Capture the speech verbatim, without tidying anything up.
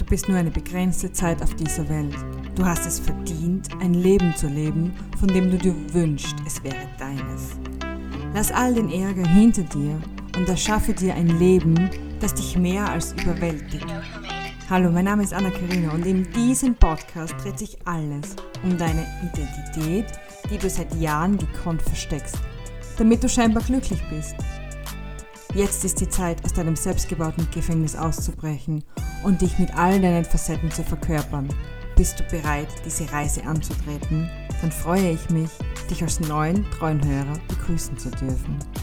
bist nur eine begrenzte Zeit auf dieser Welt. Du hast es verdient, ein Leben zu leben, von dem du dir wünschst, es wäre deines. Lass all den Ärger hinter dir und erschaffe dir ein Leben, das dich mehr als überwältigt. Hallo, mein Name ist Anna-Karina und in diesem Podcast dreht sich alles um deine Identität, die du seit Jahren gekonnt versteckst, damit du scheinbar glücklich bist. Jetzt ist die Zeit, aus deinem selbstgebauten Gefängnis auszubrechen und dich mit all deinen Facetten zu verkörpern. Bist du bereit, diese Reise anzutreten? Dann freue ich mich, dich als neuen treuen Hörer begrüßen zu dürfen.